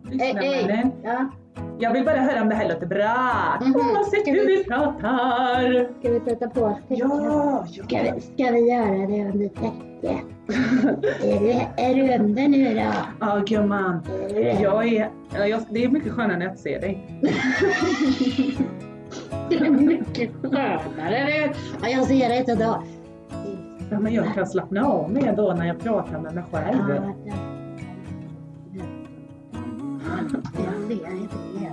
Lyssna, Ja. Jag vill bara höra om det här låter bra. Oavsett hur vi pratar. Ska vi sätta på oss täcket? Ja. Ska vi göra det under täcket? är du under nu då? Ja, gumman. Det är mycket skönare när jag ser dig. Det är mycket skönare. Ja, jag ser det inte då. Ja, men jag kan slappna av mig då när jag pratar med mig själv. Ja, jag ser inte det.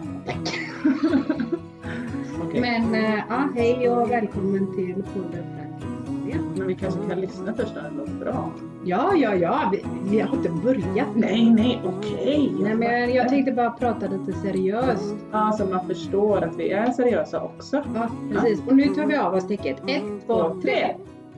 Okej. Men hej och välkommen till podden. Men vi kanske kan lyssna först när det låter bra. Ja. Vi har inte börjat. Nej, okej. Nej, men jag tänkte bara prata lite seriöst. Ja, så man förstår att vi är seriösa också. Ja, precis. Och nu tar vi av oss täcket. 1, 2, 3.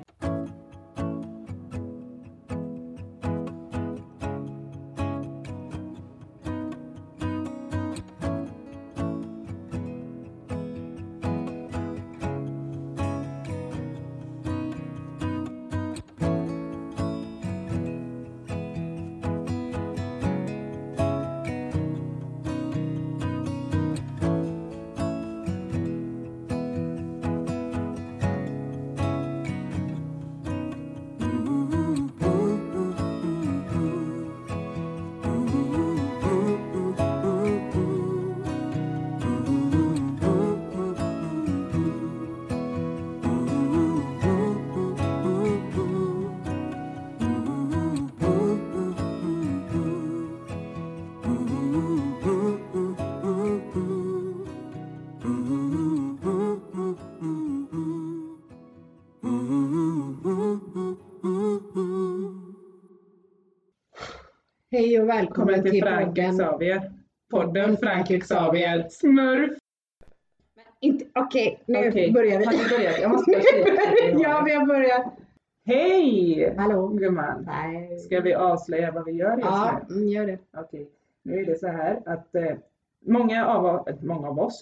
Hej och välkommen till Frank Xavier. Podden Frank Xavier. Smurf. Okej, nu börjar vi. Har ni börjat? Jag måste Ja, vi har börjat. Hej! Hallå. Gumman. Nej. Ska vi avslöja vad vi gör just nu? Ja, gör det. Okej. Nu är det så här att många av oss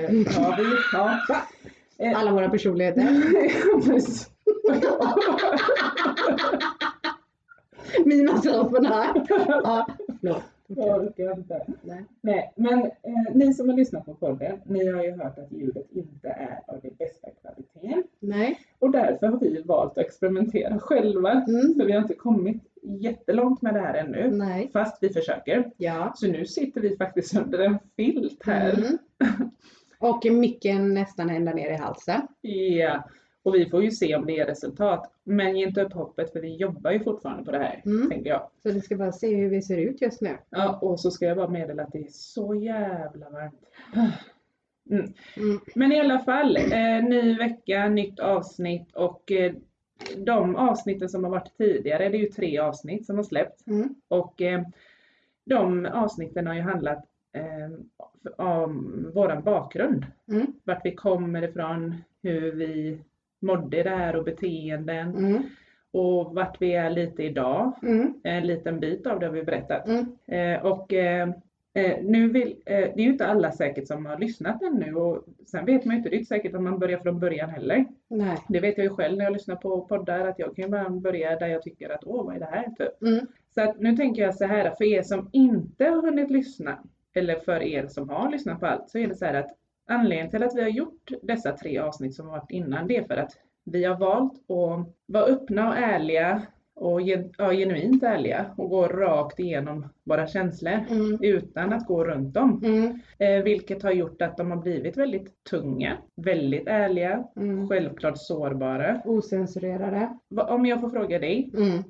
alla våra personligheter. Mina telefoner här. Ja, förlåt. Jag orkar inte. Nej, men ni som har lyssnat på podden, ni har ju hört att ljudet inte är av det bästa kvaliteten. Nej. Och därför har vi valt att experimentera själva. För vi har inte kommit jättelångt med det här ännu. Nej. Fast vi försöker. Ja. Så nu sitter vi faktiskt under en filt här. Och micken nästan ända ner i halsen. Ja. Och vi får ju se om det är resultat. Men ge inte upp hoppet, för vi jobbar ju fortfarande på det här, tänker jag. Så du ska bara se hur vi ser ut just nu. Ja, och så ska jag bara meddela att det är så jävla varmt. Men i alla fall, ny vecka, nytt avsnitt. Och de avsnitten som har varit tidigare, det är ju 3 avsnitt som har släppts. Och de avsnitten har ju handlat om våran bakgrund. Vart vi kommer ifrån, hur vi mådde där och beteenden. Och vart vi är lite idag. En liten bit av det har vi berättat. Nu det är ju inte alla säkert som har lyssnat ännu. Och sen vet man ju inte, det är inte säkert om man börjar från början heller. Nej. Det vet jag ju själv när jag lyssnar på poddar, att jag kan bara börja där jag tycker att vad är det här typ. Så att nu tänker jag så här, för er som inte har hunnit lyssna, eller för er som har lyssnat på allt, så är det så här att anledningen till att vi har gjort dessa 3 avsnitt som har varit innan, det är för att vi har valt att vara öppna och ärliga och genuint ärliga och gå rakt igenom våra känslor utan att gå runt dem. Vilket har gjort att de har blivit väldigt tunga, väldigt ärliga, självklart sårbara. Osensurerade. Om jag får fråga dig,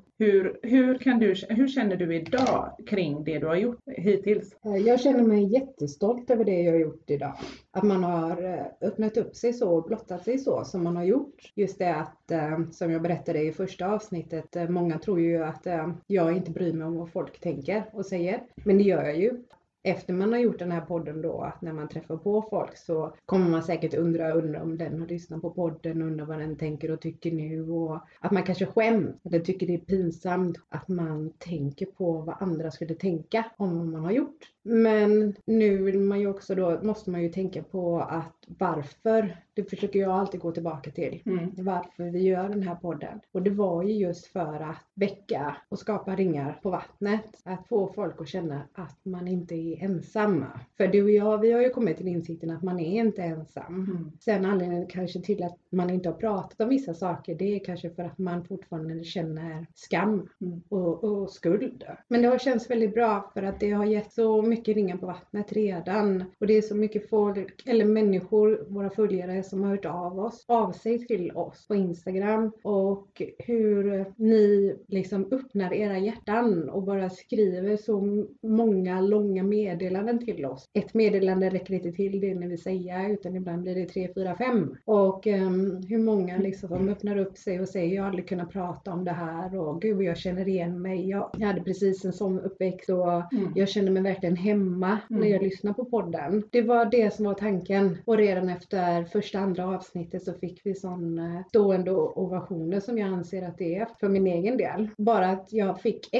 hur känner du idag kring det du har gjort hittills? Jag känner mig jättestolt över det jag har gjort idag. Att man har öppnat upp sig så och blottat sig så som man har gjort. Just det att, som jag berättade i första avsnittet, många tror ju att jag inte bryr mig om vad folk tänker och säger. Men det gör jag ju. Efter man har gjort den här podden då, att när man träffar på folk så kommer man säkert undra om den har lyssnat på podden, undrar vad den tänker och tycker nu, och att man kanske skäms eller tycker det är pinsamt att man tänker på vad andra skulle tänka om vad man har gjort. Men nu vill man ju också då, måste man ju tänka på att varför Det försöker jag alltid gå tillbaka till. Varför vi gör den här podden. Och det var ju just för att väcka och skapa ringar på vattnet. Att få folk att känna att man inte är ensamma. För du och jag, vi har ju kommit till insikten att man är inte ensam. Sen anledningen kanske till att man inte har pratat om vissa saker, det är kanske för att man fortfarande känner skam och skuld. Men det har känts väldigt bra för att det har gett så mycket ringar på vattnet redan. Och det är så mycket folk, eller människor, våra följare som har hört av sig till oss på Instagram. Och hur ni liksom öppnar era hjärtan och bara skriver så många långa meddelanden till oss. Ett meddelande räcker inte till det ni vill säga, utan ibland blir det 3, 4, 5. Och hur många liksom som öppnar upp sig och säger jag har aldrig kunnat prata om det här och gud jag känner igen mig. Jag hade precis en sån uppväxt och jag känner mig verkligen hemma när jag lyssnar på podden. Det var det som var tanken. Och redan efter första andra avsnittet så fick vi sån stående ovationer som jag anser att det är för min egen del. Bara att vi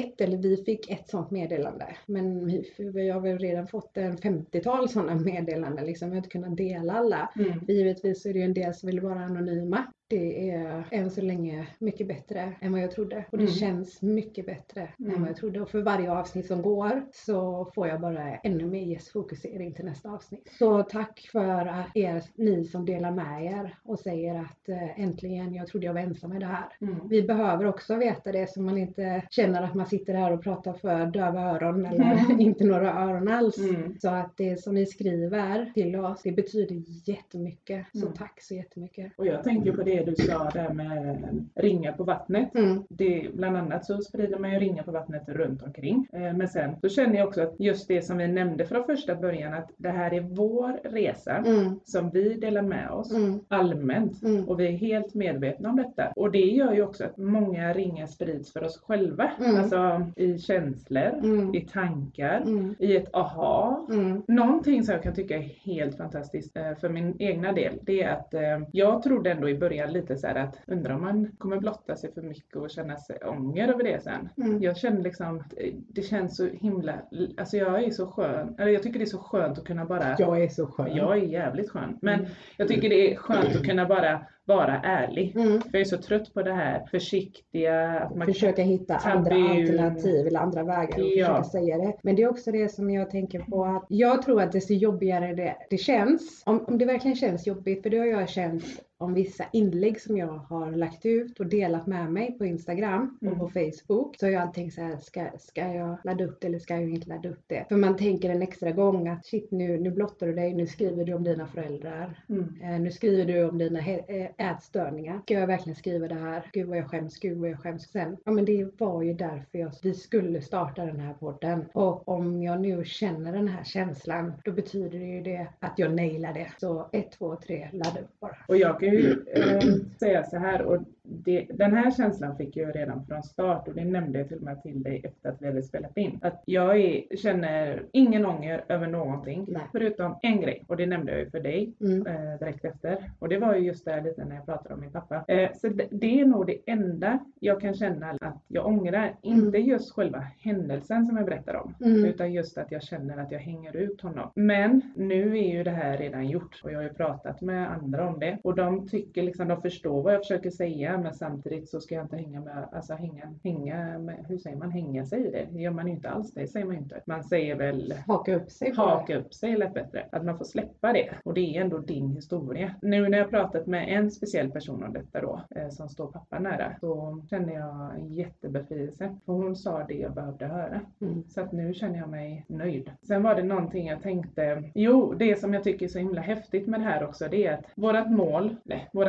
fick ett sånt meddelande. Men vi har väl redan fått en 50-tal sådana meddelanden. Liksom. Vi har inte kunnat dela alla. Givetvis så är det ju en del som vill vara anonyma. Det är än så länge mycket bättre än vad jag trodde. Och det känns mycket bättre än vad jag trodde. Och för varje avsnitt som går så får jag bara ännu mer gästfokusering till nästa avsnitt. Så tack för ni som delar med er och säger att äntligen, jag trodde jag var ensam med det här. Vi behöver också veta det så man inte känner att man sitter här och pratar för döva öron eller inte några öron alls. Så att det som ni skriver till oss, det betyder jättemycket. Så tack så jättemycket. Och jag tänker på det du sa där med ringar på vattnet. Det, bland annat så sprider man ju ringar på vattnet runt omkring. Men sen så känner jag också att just det som vi nämnde från första början, att det här är vår resa som vi delar med oss allmänt. Och vi är helt medvetna om detta. Och det gör ju också att många ringar sprids för oss själva. Alltså i känslor, i tankar, i ett aha. Någonting som jag kan tycka är helt fantastiskt för min egna del, det är att jag trodde ändå i början lite så här att undrar om man kommer blotta sig för mycket och känna sig ånger över det sen. Jag känner liksom att det känns så himla, alltså jag är så skön, eller jag tycker det är så skönt att kunna bara, jag är så skön. Jag är jävligt skön, men jag tycker det är skönt att kunna bara vara ärlig. För jag är så trött på det här försiktiga. Att man försöka hitta andra alternativ eller andra vägar och försöka säga det. Men det är också det som jag tänker på. Att jag tror att desto jobbigare det känns. Om det verkligen känns jobbigt. För det har jag känt om vissa inlägg som jag har lagt ut och delat med mig på Instagram och på Facebook. Så har jag alltid tänkt så här, ska jag ladda upp det eller ska jag inte ladda upp det? För man tänker en extra gång att shit, nu blottar du dig, nu skriver du om dina föräldrar. Nu skriver du om dina ätstörningar. Ska jag verkligen skriva det här? Gud vad jag skäms. Sen, ja men det var ju därför vi skulle starta den här podden. Och om jag nu känner den här känslan, då betyder det ju det att jag nailar det. Så 1, 2, 3, ladda upp bara. Och jag kan ju säga så här, och den här känslan fick jag redan från start, och det nämnde jag till och med till dig efter att vi hade spelat in. Att jag känner ingen ånger över någonting. Nej. Förutom en grej, och det nämnde jag ju för dig direkt efter. Och det var ju just där lite när jag pratade om min pappa. Så det är nog det enda jag kan känna att jag ångrar. Inte just själva händelsen som jag berättar om, utan just att jag känner att jag hänger ut honom. Men nu är ju det här redan gjort, och jag har ju pratat med andra om det. Och de tycker liksom, de förstår vad jag försöker säga, men samtidigt så ska jag inte hänga med, alltså hänga med, hur säger man, hänga sig i det? Det gör man ju inte alls, det säger man ju inte. Man säger väl haka upp sig är lätt bättre. Att man får släppa det. Och det är ändå din historia. Nu när jag pratat med en speciell person om detta då, som står pappa nära, så känner jag en jättebefrielse. Och hon sa det jag behövde höra. Så att nu känner jag mig nöjd. Sen var det någonting jag tänkte, det som jag tycker är så himla häftigt med det här också, det är att vårat mål,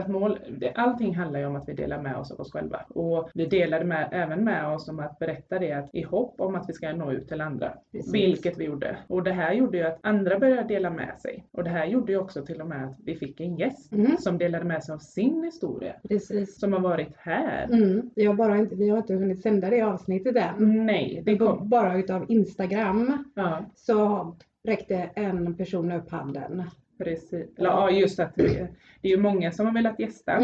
allting handlar ju om att vi delar med oss av oss själva. Och vi delade även med oss om att berätta det, att i hopp om att vi ska nå ut till andra. Precis. Vilket vi gjorde. Och det här gjorde ju att andra började dela med sig. Och det här gjorde ju också till och med att vi fick en gäst som delade med sig av sin historia. Precis. Som har varit här. Vi har inte hunnit sända det avsnittet än. Nej, det kom bara utav Instagram. Ja. Så räckte en person upp handen. Precis. Ja, just att det är ju många som har velat gästa.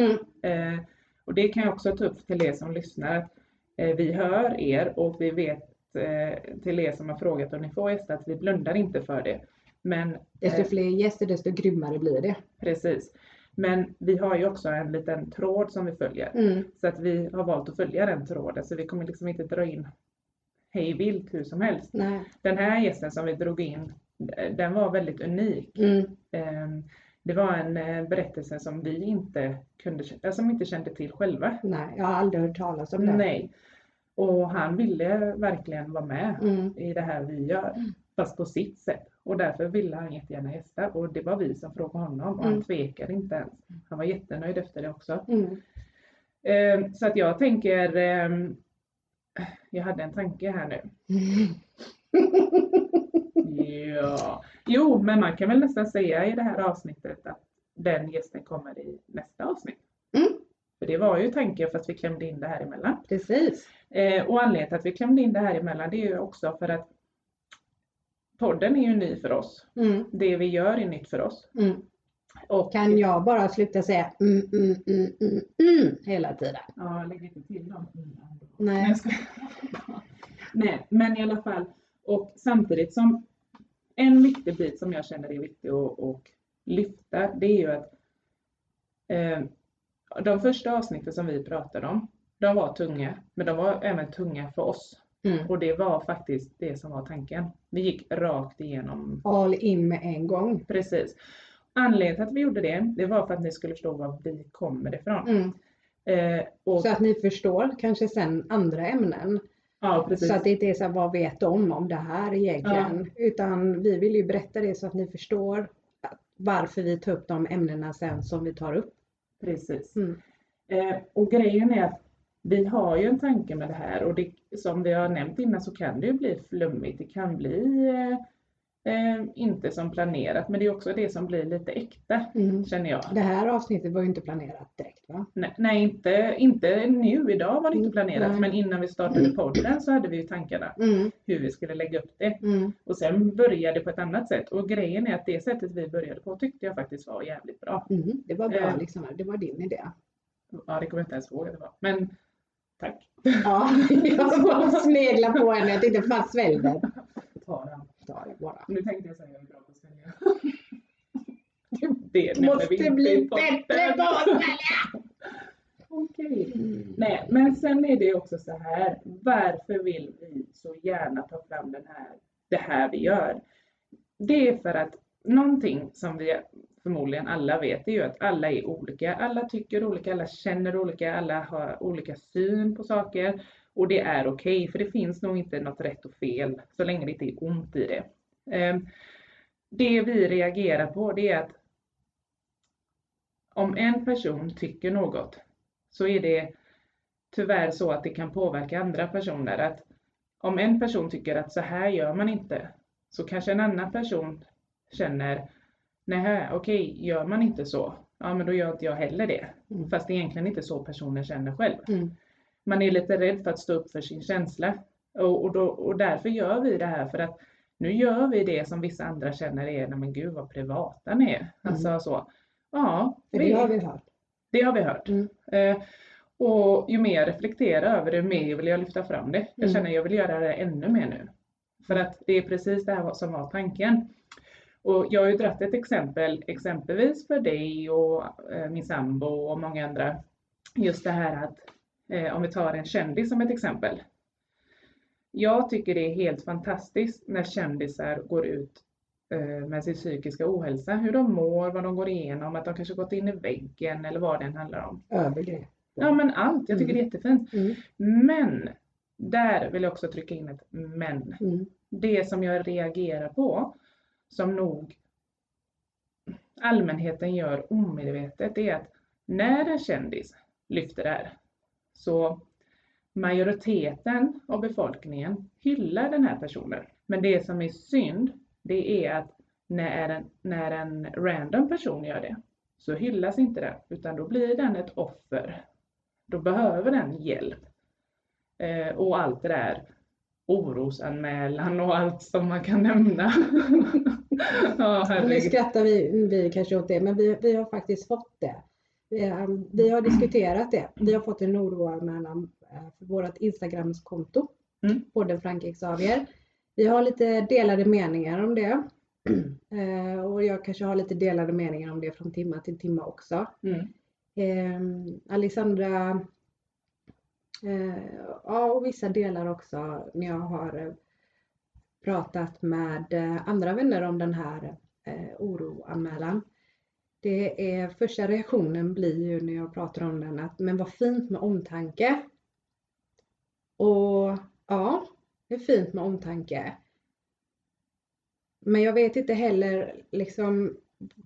Och det kan jag också ta upp till er som lyssnar. Att, vi hör er och vi vet till er som har frågat om ni får gästa att vi blundar inte för det. Men desto fler gäster, desto grymmare blir det. Precis. Men vi har ju också en liten tråd som vi följer. Så att vi har valt att följa den tråden. Så vi kommer liksom inte dra in hej vilt hur som helst. Nej. Den här gästen som vi drog in, den var väldigt unik. Det var en berättelse som vi inte kände till själva. Nej, jag har aldrig hört talas om det. Nej. Och han ville verkligen vara med i det här vi gör. Fast på sitt sätt. Och därför ville han jättegärna gästa. Och det var vi som frågade honom. Och han tvekade inte ens. Han var jättenöjd efter det också. Så att jag tänker... jag hade en tanke här nu. Ja. Jo, men man kan väl nästan säga i det här avsnittet att den gästen kommer i nästa avsnitt. För det var ju tanken fast vi klämde in det här emellan. Precis. Och anledningen till att vi klämde in det här emellan, det är ju också för att podden är ju ny för oss. Det vi gör är nytt för oss. Och kan jag bara sluta säga hela tiden? Ja, lägg inte till dem. Nej. Nej, men i alla fall. Och samtidigt som en viktig bit som jag känner är viktig att lyfta, det är ju att de första avsnitten som vi pratade om, de var tunga, men de var även tunga för oss. Och det var faktiskt det som var tanken. Vi gick rakt igenom. All in med en gång. Precis. Anledningen till att vi gjorde det var för att ni skulle förstå var vi kommer ifrån. Så att ni förstår kanske sen andra ämnen. Ja, precis. Så att det inte är så här, vad vet de om det här egentligen. Ja. Utan vi vill ju berätta det så att ni förstår varför vi tar upp de ämnena sen som vi tar upp. Precis. Och grejen är att vi har ju en tanke med det här. Och det, som vi har nämnt innan så kan det ju bli flummigt. Det kan bli inte som planerat. Men det är också det som blir lite äkta, känner jag. Det här avsnittet var ju inte planerat direkt, va? Nej, inte nu. Idag var det inte planerat. Nej. Men innan vi startade podden så hade vi ju tankarna. Hur vi skulle lägga upp det. Och sen började det på ett annat sätt. Och grejen är att det sättet vi började på tyckte jag faktiskt var jävligt bra. Det var bra liksom. Det var din idé. Ja, det kommer jag inte ens ihåg det var. Men tack. Ja, jag bara snegla på henne. Jag tänkte fast sväljer. Ta det bara. Nu tänkte jag säga att jag är bra på att svälja. Det måste bli bättre på att svälja. Okej. Nej, men sen är det också så här. Varför vill vi så gärna ta fram det här vi gör? Det är för att någonting som vi förmodligen alla vet är ju att alla är olika. Alla tycker olika, alla känner olika, alla har olika syn på saker. Och det är okej, för det finns nog inte något rätt och fel så länge det inte är ont i det. Det vi reagerar på det är att om en person tycker något så är det tyvärr så att det kan påverka andra personer. Att om en person tycker att så här gör man inte så kanske en annan person känner nej, okej, gör man inte så, ja men då gör inte jag heller det. Fast det är egentligen inte så personen känner själv. Man är lite rädd för att stå upp för sin känsla. Och därför gör vi det här för att nu gör vi det som vissa andra känner är, nej men gud vad privata ni är. Alltså så. Ja. Det har vi hört. Det har vi hört. Och ju mer jag reflekterar över det, mer vill jag lyfta fram det. Jag känner att jag vill göra det ännu mer nu. För att det är precis det här som var tanken. Och jag har ju dratt ett exempelvis för dig och min sambo och många andra. Just det här att om vi tar en kändis som ett exempel. Jag tycker det är helt fantastiskt när kändisar går ut med sin psykiska ohälsa. Hur de mår, vad de går igenom, att de kanske gått in i väggen eller vad det än handlar om. Övergrepp. Ja men allt, jag tycker det är jättefint. Men, där vill jag också trycka in ett men. Det som jag reagerar på, som nog allmänheten gör omedvetet, är att när en kändis lyfter det här så majoriteten av befolkningen hyllar den här personen. Men det som är synd, det är att när en random person gör det så hyllas inte det, utan då blir den ett offer. Då behöver den hjälp. Och allt det där, orosanmälan och allt som man kan nämna. Nu skrattar vi kanske åt det, men vi har faktiskt fått det. Vi har diskuterat det. Vi har fått en oroanmälan för vårt Instagramskonto. Podden Frank Xavier. Vi har lite delade meningar om det. Och jag kanske har lite delade meningar om det från timma till timma också. Alexandra, och vissa delar också när jag har pratat med andra vänner om den här oroanmälan. Det är första reaktionen blir ju när jag pratar om den att men vad fint med omtanke. Och ja, det är fint med omtanke. Men jag vet inte heller liksom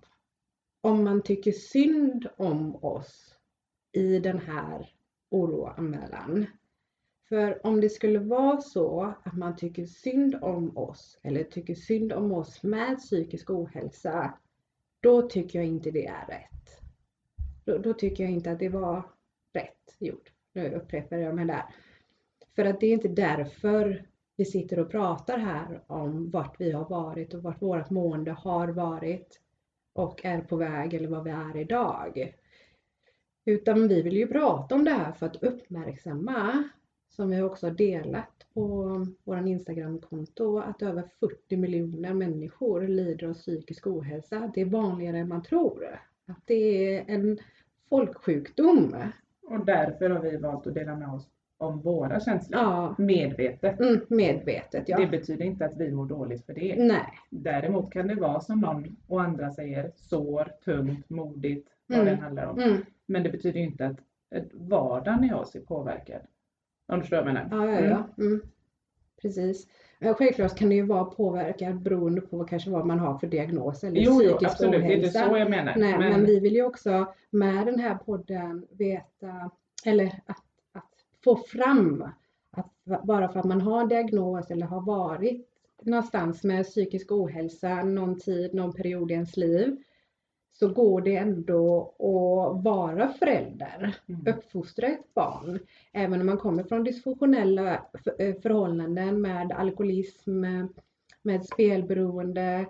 om man tycker synd om oss i den här oroanmälan. För om det skulle vara så att man tycker synd om oss eller tycker synd om oss med psykisk ohälsa, då tycker jag inte det är rätt. Då tycker jag inte att det var rätt gjort. Nu upprepar jag mig där. För att det är inte därför vi sitter och pratar här om vart vi har varit och vart vårt mående har varit och är på väg eller vad vi är idag. Utan vi vill ju prata om det här för att uppmärksamma, som vi också har delat på vår Instagram-konto, att över 40 miljoner människor lider av psykisk ohälsa. Det är vanligare än man tror. Att det är en folksjukdom. Och därför har vi valt att dela med oss om våra känslor. Medvetet. Medvetet, ja. Det betyder inte att vi mår dåligt för det. Nej. Däremot kan det vara som någon och andra säger, sår, tungt, modigt, vad det handlar om. Men det betyder inte att vardagen i oss är påverkad. Om du förstår vad jag menar. Ja. Precis. Men självklart kan det ju vara påverkad beroende på vad man har för diagnos eller psykisk absolut. ohälsa. Det är inte så jag menar. Nej, men vi vill ju också med den här podden veta, eller att få fram att bara för att man har en diagnos eller har varit någonstans med psykisk ohälsa någon tid, någon period i ens liv, så går det ändå att vara förälder, uppfostra ett barn. Även om man kommer från dysfunktionella förhållanden med alkoholism, med spelberoende,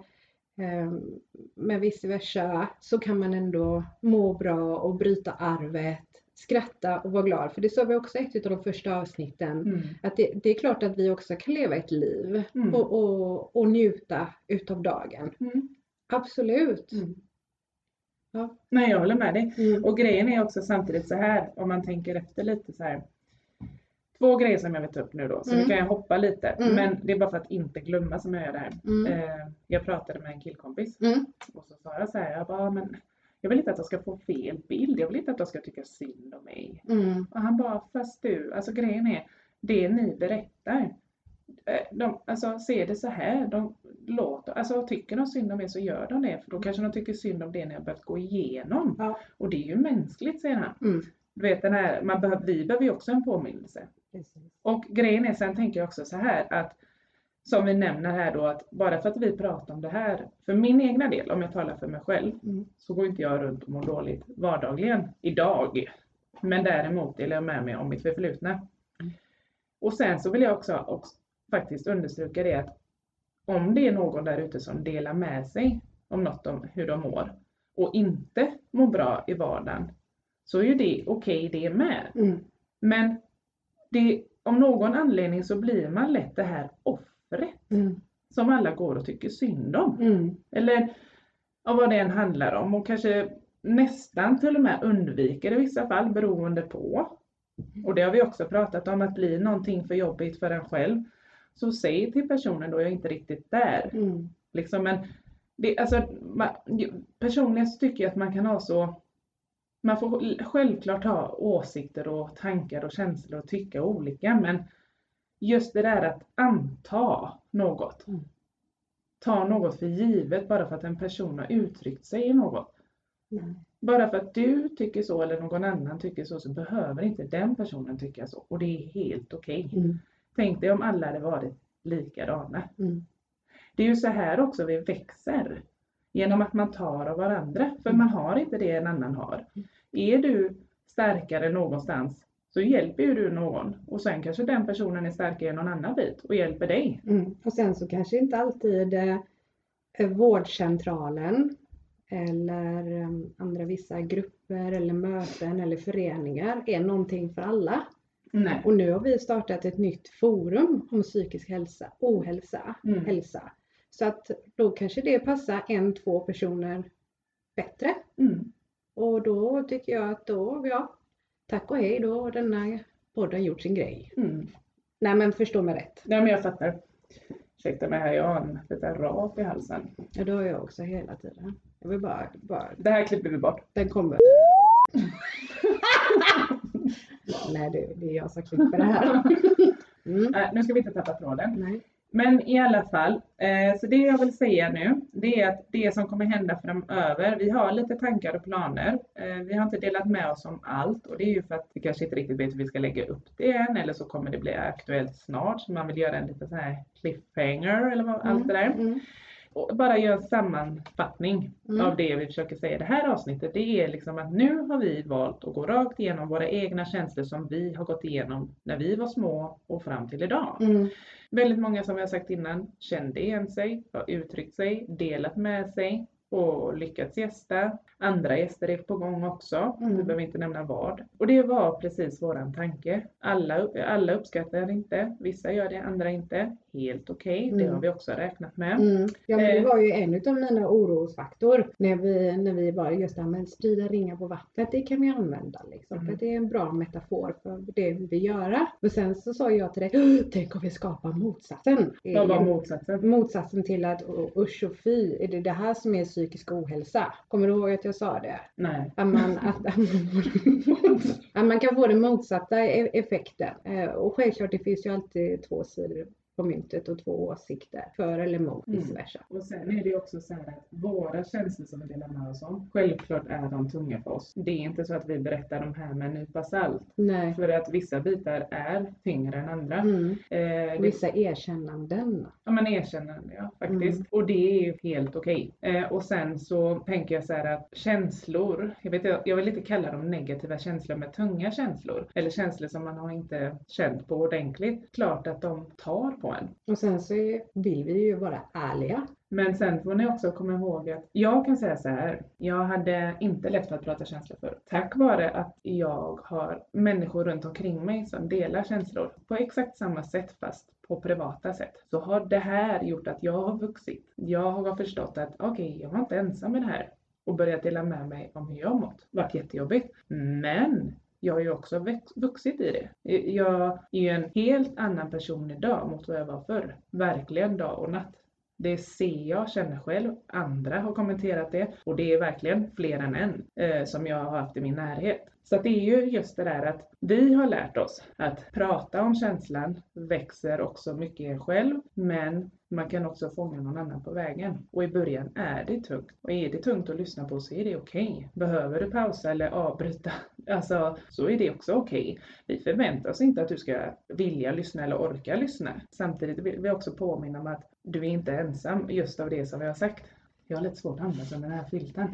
med vice versa, så kan man ändå må bra och bryta arvet, skratta och vara glad. För det sa vi också ett av de första avsnitten. Att det är klart att vi också kan leva ett liv och njuta utav dagen. Absolut. Ja. Nej, jag håller med dig. Och grejen är också samtidigt så här, om man tänker efter lite så här. 2 grejer som jag vill ta upp nu då, så nu kan jag hoppa lite. Men det är bara för att inte glömma som jag gör det här. Jag pratade med en killkompis och så sa jag så här, men jag vill inte att jag ska få fel bild. Jag vill inte att jag ska tycka synd om mig. Och han bara, fast du, alltså grejen är, det ni berättar. Alltså ser det så här, tycker de synd om er så gör de det. För då kanske de tycker synd om det ni har behövt gå igenom. Ja. Och det är ju mänskligt, säger han. Du vet, vi behöver ju också en påminnelse. Precis. Och grejen är, sen tänker jag också så här, att som vi nämner här då, att bara för att vi pratar om det här, för min egna del, om jag talar för mig själv, så går inte jag runt och mår dåligt vardagligen idag. Men däremot delar jag med mig om mitt förflutna. Och sen så vill jag också faktiskt understryka det, att om det är någon där ute som delar med sig om något om hur de mår och inte mår bra i vardagen, så är ju det okej det med. Men om någon anledning så blir man lätt det här offret som alla går och tycker synd om. Eller vad det än handlar om, och kanske nästan till och med undviker i vissa fall beroende på. Och det har vi också pratat om, att bli någonting för jobbigt för en själv. Så säg till personen då, jag är inte riktigt där. Liksom, men personligen så tycker jag att man kan ha så, man får självklart ha åsikter och tankar och känslor och tycka olika, men just det där att anta något. Ta något för givet bara för att en person har uttryckt sig i något. Bara för att du tycker så eller någon annan tycker så behöver inte den personen tycka så. Och det är helt okej. Tänk dig om alla hade varit likadana. Det är ju så här också vi växer. Genom att man tar av varandra. För man har inte det en annan har. Är du starkare någonstans, så hjälper ju du någon. Och sen kanske den personen är starkare i någon annan bit och hjälper dig. Och sen så kanske inte alltid vårdcentralen eller andra vissa grupper eller möten eller föreningar är någonting för alla. Nej. Och nu har vi startat ett nytt forum om psykisk ohälsa. Så att då kanske det passar 1-2 personer bättre. Och då tycker jag att tack och hej, då har denna podden gjort sin grej. Nej, men förstå mig rätt. Nej, men jag fattar. Ursäkta mig här, jag har en liten rap i halsen. Ja, det har jag också hela tiden. Jag vill bara... Det här klipper vi bort. Den kommer. Nej, det är jag som klipper det här. Nu ska vi inte tappa tråden. Nej. Men i alla fall, så det jag vill säga nu, det är att det som kommer hända framöver, vi har lite tankar och planer. Vi har inte delat med oss om allt, och det är ju för att vi kanske inte riktigt vet hur vi ska lägga upp det än, eller så kommer det bli aktuellt snart, så man vill göra en liten sån här cliffhanger eller allt det där. Och bara göra en sammanfattning av det vi försöker säga i det här avsnittet. Det är liksom att nu har vi valt att gå rakt igenom våra egna känslor som vi har gått igenom när vi var små och fram till idag. Väldigt många, som jag har sagt innan, kände igen sig, har uttryckt sig, delat med sig och lyckats gästa. Andra gäster är på gång också. Vi behöver inte nämna vad. Och det var precis våran tanke. Alla uppskattar inte. Vissa gör det, andra inte. Helt okej. Det har vi också räknat med. Ja, men det var ju en av mina orosfaktor. När vi bara just det här med sprida ringar på vattnet. Det kan vi använda liksom. För det är en bra metafor för det vi vill göra. Och sen så sa jag till dig, tänk om vi skapar motsatsen. Vad var motsatsen? Motsatsen till att usch och fy, är det här som är psykisk ohälsa? Kommer du ihåg att jag sa det? Nej. Att man kan få den motsatta effekten. Och självklart, det finns ju alltid 2 sidor på myntet och 2 åsikter. För eller emot, vice versa. Och sen är det också så här att våra känslor som vi delar med oss om, självklart är de tunga för oss. Det är inte så att vi berättar de här med en nypa salt. Nej. För att vissa bitar är tyngre än andra. Vissa erkännanden. Ja, men erkännande, ja, faktiskt. Och det är ju helt okej. Och sen så tänker jag så här att känslor, jag vill inte kalla dem negativa känslor, med tunga känslor. Eller känslor som man har inte känt på ordentligt. Klart att de tar på en. Och sen så vill vi ju vara ärliga. Men sen får ni också komma ihåg att jag kan säga så här. Jag hade inte lätt för att prata känslor för. Tack vare att jag har människor runt omkring mig som delar känslor på exakt samma sätt, fast på privata sätt. Så har det här gjort att jag har vuxit. Jag har förstått att okej, jag var inte ensam med det här. Och börjat dela med mig om hur jag har mått. Det har varit jättejobbigt. Men jag har ju också vuxit i det. Jag är ju en helt annan person idag mot vad jag var förr. Verkligen dag och natt. Det ser jag, känner själv. Andra har kommenterat det. Och det är verkligen fler än en som jag har haft i min närhet. Så att det är ju just det där att vi har lärt oss att prata om känslan växer också mycket i en själv. Men man kan också fånga någon annan på vägen. Och i början är det tungt. Och är det tungt att lyssna på så är det okej. Behöver du pausa eller avbryta, alltså, så är det också okej. Vi förväntar oss inte att du ska vilja lyssna eller orka lyssna. Samtidigt vill vi också påminna om att du är inte ensam just av det som vi har sagt. Jag har lite svårt att andas under den här filten.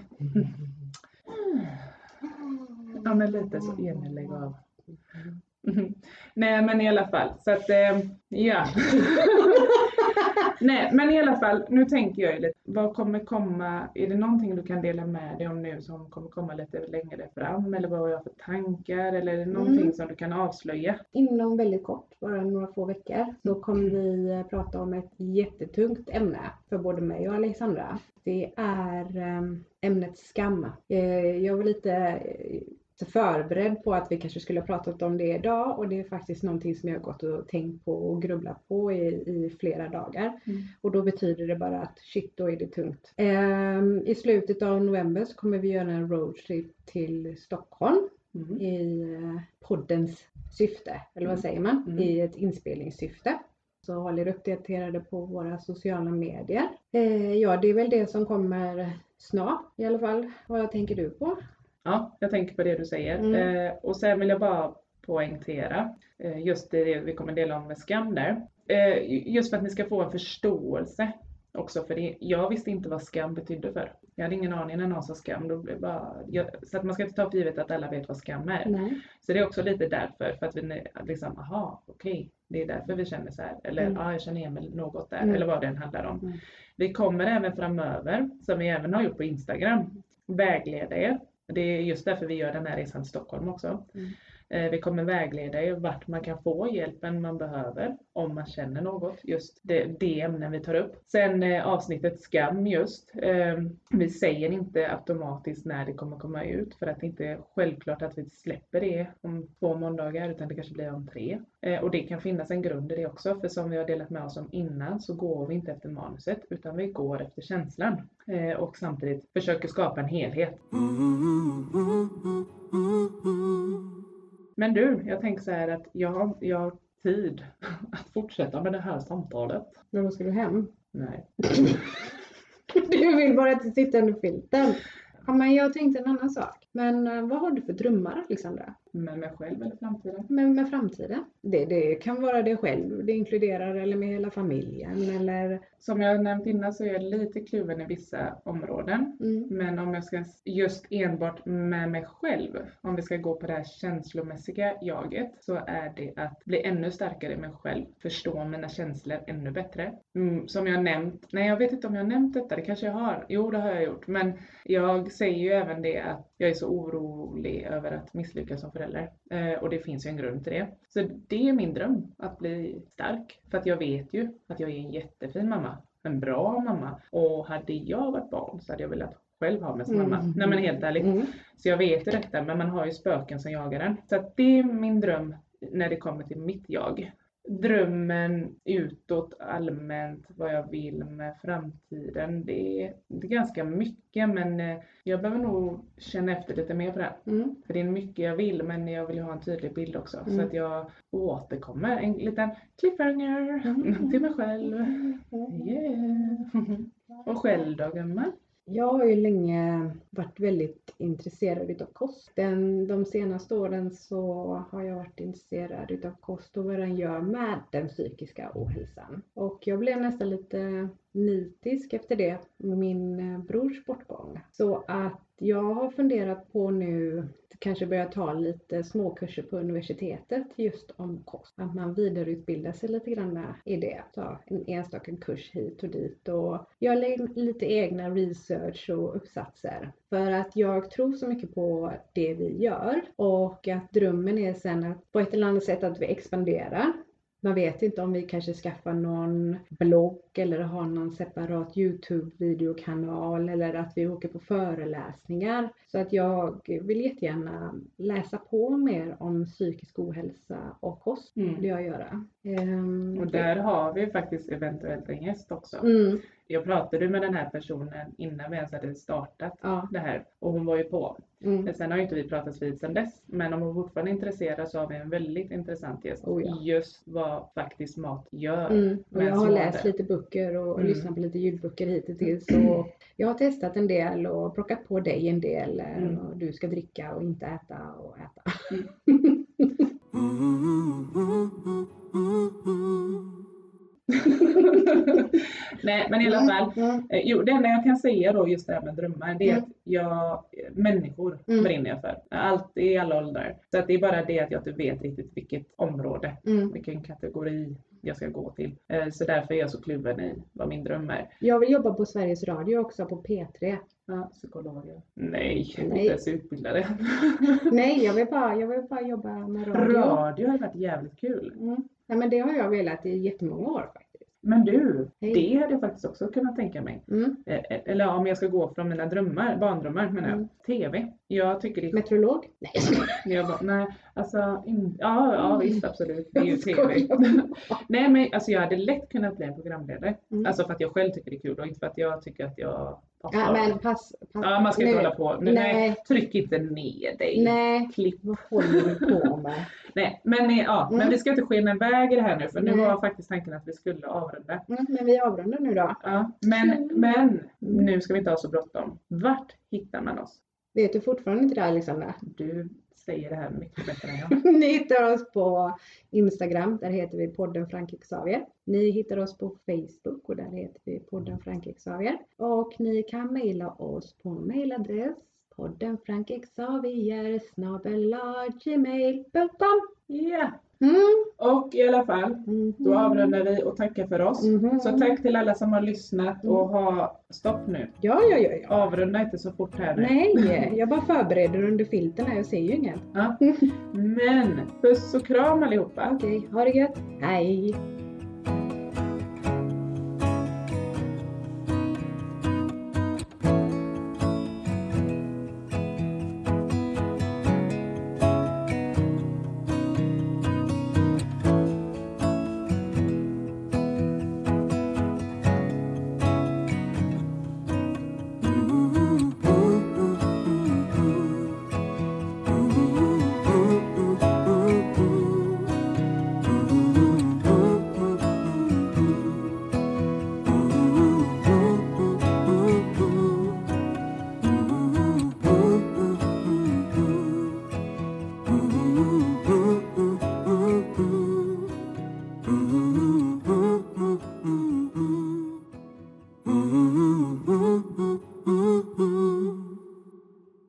Ja, men lite så Emil lägger av. Nej, men i alla fall. Så att, ja. Nej, men i alla fall, nu tänker jag ju lite, vad kommer komma, är det någonting du kan dela med dig om nu som kommer komma lite längre fram, eller vad jag har för tankar, eller är det någonting som du kan avslöja? Inom väldigt kort, bara några få veckor, så kommer vi prata om ett jättetungt ämne för både mig och Alexandra. Det är ämnet skam. Jag var lite förberedd på att vi kanske skulle ha pratat om det idag, och det är faktiskt någonting som jag har gått och tänkt på och grubblat på i flera dagar. Och då betyder det bara att shit, då är det tungt. I slutet av november så kommer vi göra en roadtrip till Stockholm i poddens syfte, eller vad säger man? I ett inspelningssyfte. Så håll er uppdaterade på våra sociala medier. Ja, det är väl det som kommer snart i alla fall. Vad tänker du på? Ja, jag tänker på det du säger. Och sen vill jag bara poängtera just det vi kommer dela om med skam där. Just för att ni ska få en förståelse också för det. Jag visste inte vad skam betydde för. Jag hade ingen aning när någon sa skam. Då blev bara, så att man ska inte ta för givet att alla vet vad skam är. Nej. Så det är också lite därför. För att vi liksom, okej, det är därför vi känner så här. Eller jag känner Emil något där. Eller vad det än handlar om. Vi kommer även framöver, som vi även har gjort på Instagram, vägleda er. Det är just därför vi gör den här resan till Stockholm också. Vi kommer vägleda er vart man kan få hjälpen man behöver om man känner något. Just det ämnen vi tar upp. Sen avsnittet skam just. Vi säger inte automatiskt när det kommer komma ut för att det inte är självklart att vi släpper det om 2 måndagar utan det kanske blir om 3. Och det kan finnas en grund i det också, för som vi har delat med oss om innan så går vi inte efter manuset utan vi går efter känslan. Och samtidigt försöker skapa en helhet. Men du, jag tänker så här att jag har tid att fortsätta med det här samtalet. Men då ska du hem? Nej. Du vill bara inte sitta under filten. Ja, men jag tänkte en annan sak. Men vad har du för drömmar, Alexandra? Med mig själv eller framtiden? Med framtiden. Det kan vara det själv. Det inkluderar eller med hela familjen. Eller... Som jag nämnt innan så är jag lite kluven i vissa områden. Men om jag ska just enbart med mig själv. Om vi ska gå på det här känslomässiga jaget. Så är det att bli ännu starkare i mig själv. Förstå mina känslor ännu bättre. Som jag nämnt. Nej, jag vet inte om jag har nämnt detta. Det kanske jag har. Jo, det har jag gjort. Men jag säger ju även det att jag är så orolig över att misslyckas som förälder. Och det finns ju en grund till det. Så det är min dröm, att bli stark. För att jag vet ju att jag är en jättefin mamma. En bra mamma. Och hade jag varit barn så hade jag velat själv ha med sin mamma. Nej, men helt ärligt. Så jag vet ju detta, men man har ju spöken som jagar en. Så att det är min dröm när det kommer till mitt jag. Drömmen utåt allmänt, vad jag vill med framtiden, det är ganska mycket, men jag behöver nog känna efter lite mer på det. För det är mycket jag vill, men jag vill ha en tydlig bild också. Så att jag återkommer, en liten cliffhanger till mig själv. Yeah. Och själv då, Gumma? Jag har ju länge varit väldigt intresserad utav kost. De senaste åren så har jag varit intresserad utav kost och vad den gör med den psykiska ohälsan. Och jag blev nästan lite nitisk efter det med min brors bortgång. Så att jag har funderat på nu kanske börja ta lite småkurser på universitetet just om kost. Att man vidareutbildar sig lite grann i det. Ta en enstaka kurs hit och dit och gör lite egna research och uppsatser. För att jag tror så mycket på det vi gör och att drömmen är sen att på ett eller annat sätt att vi expanderar. Man vet inte om vi kanske skaffar någon blogg eller har någon separat YouTube-videokanal eller att vi åker på föreläsningar. Så att jag vill jättegärna läsa på mer om psykisk ohälsa och kost. Det jag göra. Och där har vi faktiskt eventuellt en gäst också. Jag pratade med den här personen innan vi ens hade startat det här. Och hon var ju på. Sen har ju inte vi pratat vid sedan dess. Men om hon fortfarande är intresserad så har vi en väldigt intressant gäst. Just vad faktiskt mat gör. Och jag har läst lite böcker och lyssnat på lite ljudböcker hittills. Så jag har testat en del och plockat på dig en del. Och du ska dricka och inte äta och äta. Nej, men i alla fall. Det enda jag kan säga då just det här med drömmar. Det är att människor brinner jag för. Allt i alla åldrar. Så att det är bara det att jag inte vet riktigt vilket område. Vilken kategori jag ska gå till. Så därför är jag så kluven i vad min dröm är. Jag vill jobba på Sveriges Radio också på P3. Ja, psykologer. Nej, inte ens utbildade. Nej, jag vill bara jobba med radio. Radio har varit jävligt kul. Nej, men det har jag velat i jättemånga år faktiskt. Men du, det hade jag faktiskt också kunnat tänka mig. Eller om jag ska gå från mina drömmar, barndrömmar menar jag. TV. Jag tycker det är... Meteorolog? Nej, alltså... Ja, visst, absolut. Det är ju TV. Nej, men alltså jag hade lätt kunnat bli en programledare. Alltså för att jag själv tycker det är kul och inte för att jag tycker att jag... Ja, men pass. Ja, man ska inte hålla på. Nej, tryck inte ner dig. Nej, klipp. Vad håller du på med? Nej, men vi ska inte skena iväg i det här nu. För nu var faktiskt tanken att vi skulle avrunda. Men vi avrundar nu då. Ja, men nu ska vi inte ha så bråttom. Vart hittar man oss? Vet du fortfarande inte det, Alexandra? Du säger det här mycket bättre än jag. Ni hittar oss på Instagram, där heter vi podden Frank Xavier. Ni hittar oss på Facebook och där heter vi podden Frank Xavier. Och ni kan mejla oss på mejladress poddenfrankxavier@gmail.com. Ja, Och i alla fall, då avrundar vi och tackar för oss. Så tack till alla som har lyssnat och ha stopp nu. Ja. Avrunda inte så fort här nu. Nej, jag bara förbereder under filten här, jag ser ju inget. Ja. Men puss och kram allihopa. Okej, ha det gött. Hej!